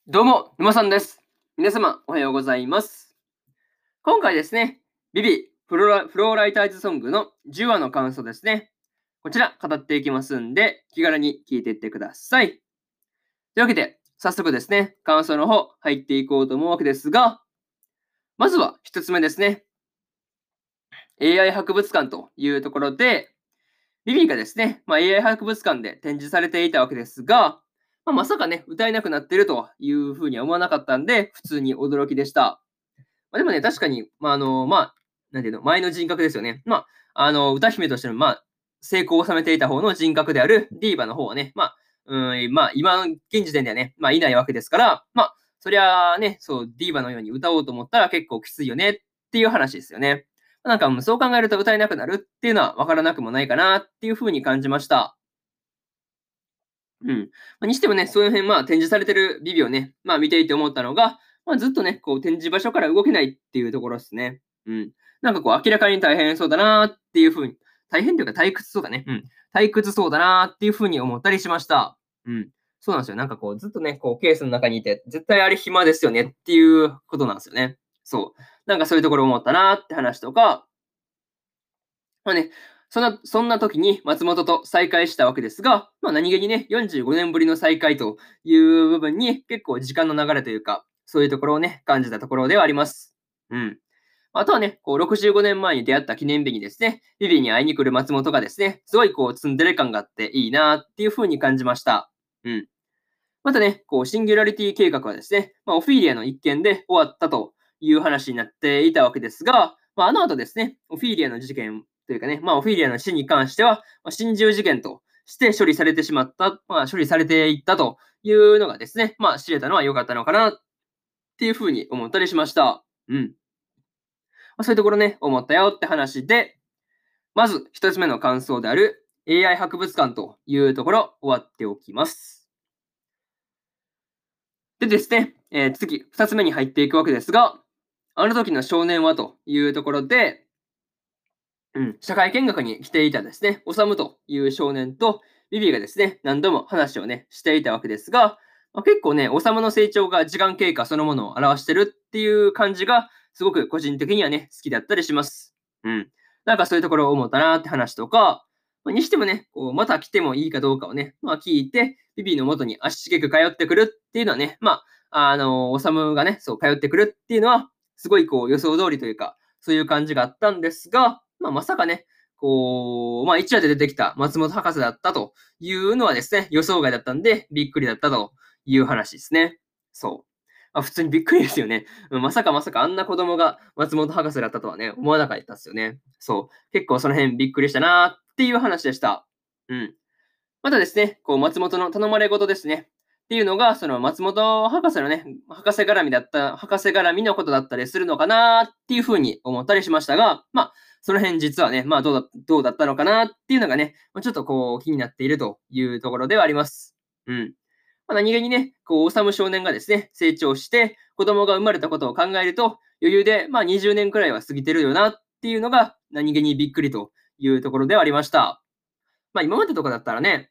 どうも、沼さんです。皆様、おはようございます。今回ですね、ビビフローライターズソングの10話の感想ですね。こちら、語っていきますんで、気軽に聞いていってください。というわけで、早速ですね、感想の方、入っていこうと思うわけですが、まずは一つ目ですね、AI 博物館というところで、ビビがですね、AI 博物館で展示されていたわけですが、まさかね、歌えなくなっているというふうには思わなかったんで、普通に驚きでした。でもね、確かに、なんていうの、前の人格ですよね。歌姫としての、成功を収めていた方の人格であるディーバの方はね、今の現時点ではね、いないわけですから、そりゃあね、そう、ディーバのように歌おうと思ったら結構きついよねっていう話ですよね。なんか、そう考えると歌えなくなるっていうのは分からなくもないかなっていう風に感じました。うん。にしてもね、そういう辺、展示されてるビビをね、見ていて思ったのが、ずっとね、こう展示場所から動けないっていうところですね。うん。なんかこう明らかに大変そうだなっていう風に、大変というか退屈そうだね。うん。退屈そうだなっていう風に思ったりしました。うん。そうなんですよ。なんかこうずっとね、こうケースの中にいて、絶対あれ暇ですよねっていうことなんですよね。そう。なんかそういうところを思ったなって話とか、ね、そんな時に松本と再会したわけですが、何気にね、45年ぶりの再会という部分に結構時間の流れというか、そういうところをね、感じたところではあります。うん。あとはね、こう65年前に出会った記念日にですね、ビビに会いに来る松本がですね、すごいこうツンデレ感があっていいなっていう風に感じました。うん。またね、こうシンギュラリティ計画はですね、オフィリアの一件で終わったという話になっていたわけですが、あの後ですね、オフィリアの事件というかね、オフィリアの死に関しては、心中事件として処理されてしまった、処理されていったというのがですね、知れたのは良かったのかなっていうふうに思ったりしました。うん。そういうところね、思ったよって話で、まず一つ目の感想である AI 博物館というところ終わっておきます。でですね、次、2つ目に入っていくわけですが、あの時の少年はというところで、社会見学に来ていたですね、修という少年とビビがですね、何度も話をね、していたわけですが、結構ね、修の成長が時間経過そのものを表してるっていう感じが、すごく個人的にはね、好きだったりします。うん。なんかそういうところを思ったなって話とか、にしてもね、こうまた来てもいいかどうかをね、聞いて、ビビの元に足しげく通ってくるっていうのはね、修がね、そう通ってくるっていうのは、すごいこう予想通りというか、そういう感じがあったんですが、まさかね、こう、一話で出てきた松本博士だったというのはですね、予想外だったんで、びっくりだったという話ですね。そう。普通にびっくりですよね。まさかあんな子供が松本博士だったとはね、思わなかったですよね。そう。結構その辺びっくりしたなっていう話でした。うん。またですね、こう松本の頼まれ事ですね。っていうのが、その松本博士のね、博士絡みのことだったりするのかなっていうふうに思ったりしましたが、その辺実はね、どうだったのかなっていうのがね、ちょっとこう気になっているというところではあります。うん。何気にね、こう、修少年がですね、成長して、子供が生まれたことを考えると、余裕で、20年くらいは過ぎてるよなっていうのが、何気にびっくりというところではありました。今までとかだったらね、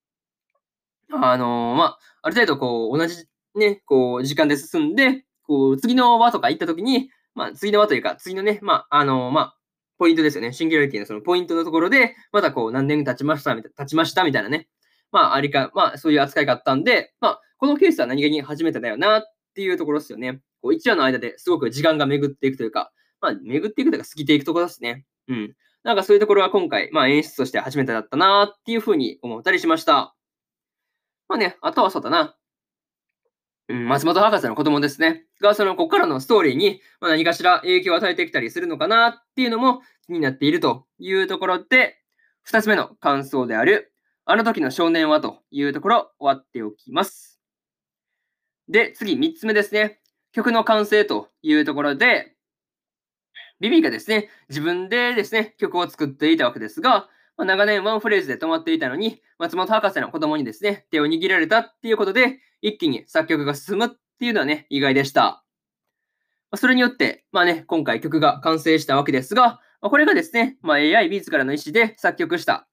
ある程度こう同じね、こう時間で進んで、こう次の輪とか行った時に、次の輪というか、次のね、ポイントですよね。シンギュラリティのそのポイントのところで、またこう何年経ちましたみたいなね。そういう扱いがあったんで、このケースは何気に初めてだよなっていうところですよね。こう1話の間ですごく時間が巡っていくというか、巡っていくというか過ぎていくところですね。うん。なんかそういうところは今回、演出として初めてだったなっていうふうに思ったりしました。あとはそうだな。松本博士の子供ですね。が、その、ここからのストーリーに、何かしら影響を与えてきたりするのかなっていうのも気になっているというところで、二つ目の感想である、あの時の少年はというところ、終わっておきます。で、次、三つ目ですね。曲の完成というところで、ビビがですね、自分でですね、曲を作っていたわけですが、長年ワンフレーズで止まっていたのに、松本博士の子供にですね、手を握られたっていうことで、一気に作曲が進むっていうのはね、意外でした。それによって、今回曲が完成したわけですが、これがですね、AI 自らの意思で作曲した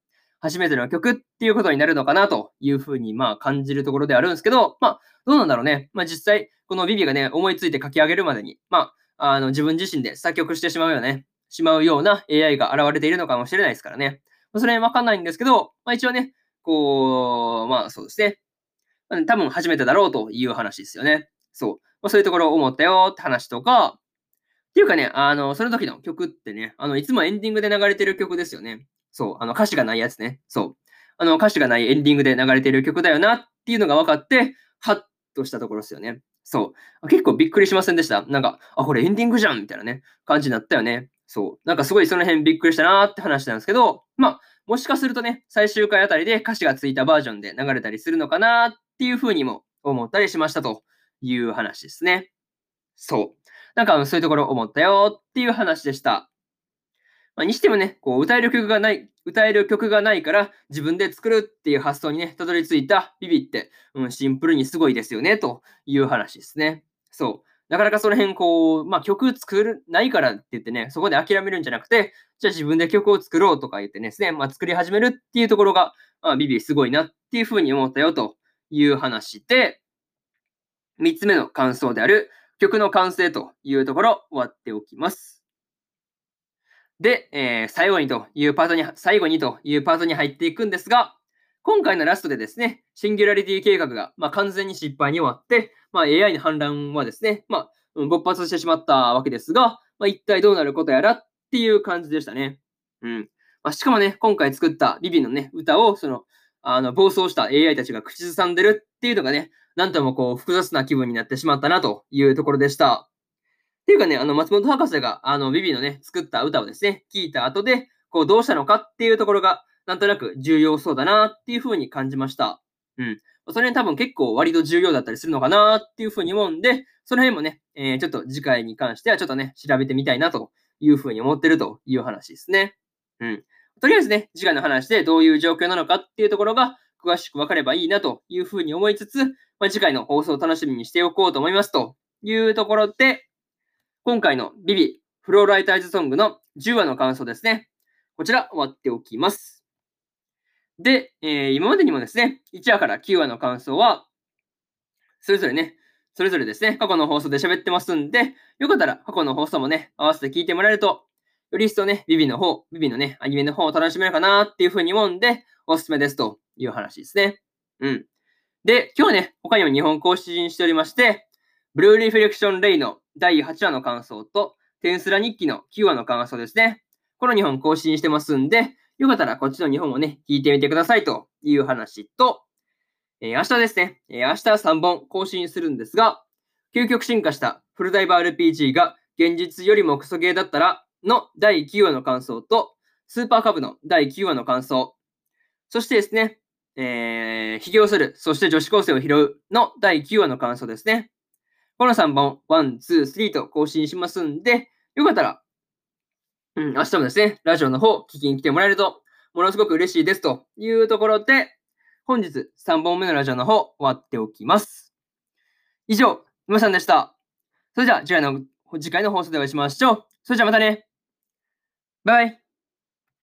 初めての曲っていうことになるのかなというふうに、感じるところであるんですけど、どうなんだろうね。実際、このビビがね、思いついて書き上げるまでに、自分自身で作曲してしまうような AI が現れているのかもしれないですからね。それわかんないんですけど、一応ね、そうですね。多分初めてだろうという話ですよね。そう。そういうところを思ったよって話とか、っていうかね、その時の曲ってね、いつもエンディングで流れてる曲ですよね。そう、歌詞がないやつね。そう。歌詞がないエンディングで流れてる曲だよなっていうのが分かって、ハッとしたところですよね。そう。結構びっくりしませんでした。なんか、これエンディングじゃんみたいなね、感じになったよね。そう。なんかすごいその辺びっくりしたなーって話なんですけど、もしかするとね、最終回あたりで歌詞がついたバージョンで流れたりするのかなっていうふうにも思ったりしましたという話ですね。そう。なんかそういうところ思ったよっていう話でした。にしてもね、歌える曲がないから自分で作るっていう発想にね、たどり着いたビビって、シンプルにすごいですよねという話ですね。そう。なかなかその辺曲作るないからって言ってね、そこで諦めるんじゃなくて、じゃあ自分で曲を作ろうとか言ってですね、作り始めるっていうところが、ビビすごいなっていうふうに思ったよという話で、3つ目の感想である曲の完成というところ終わっておきます。で、最後にというパートに入っていくんですが、今回のラストでですね、シンギュラリティ計画が、完全に失敗に終わって、AI の反乱はですね、勃発してしまったわけですが、一体どうなることやらっていう感じでしたね。うん。しかもね、今回作ったビビのね、歌を、暴走した AI たちが口ずさんでるっていうのがね、なんとも複雑な気分になってしまったなというところでした。っていうかね、松本博士が、ビビのね、作った歌をですね、聞いた後で、どうしたのかっていうところが、なんとなく重要そうだなっていう風に感じました。うん。それ多分結構割と重要だったりするのかなっていう風に思うんで、その辺もね、ちょっと次回に関してはちょっとね、調べてみたいなという風に思ってるという話ですね。うん。とりあえずね、次回の話でどういう状況なのかっていうところが詳しく分かればいいなという風に思いつつ、次回の放送を楽しみにしておこうと思いますというところで、今回のビビフローライターズソングの10話の感想ですね。こちら終わっておきます。で、今までにもですね、1話から9話の感想は、それぞれね、それぞれですね、過去の放送で喋ってますんで、よかったら過去の放送もね、合わせて聞いてもらえると、より一層ね、ビビのね、アニメの方を楽しめるかなっていう風に思うんで、おすすめですという話ですね。うん。で、今日はね、他にも2本更新しておりまして、ブルーリフレクションレイの第8話の感想と、テンスラ日記の9話の感想ですね。この2本更新してますんで、よかったらこっちの2本をね、聞いてみてくださいという話と、明日ですね、明日3本更新するんですが、究極進化したフルダイバー RPG が現実よりもクソゲーだったらの第9話の感想と、スーパーカブの第9話の感想、そしてですね、起業する、そして女子高生を拾うの第9話の感想ですね。この3本、1、2、3と更新しますんで、よかったら、明日もですね、ラジオの方、聞きに来てもらえると、ものすごく嬉しいですというところで、本日3本目のラジオの方、終わっておきます。以上、沼さんでした。それでは次回の放送でお会いしましょう。それじゃあまたね。バイバイ。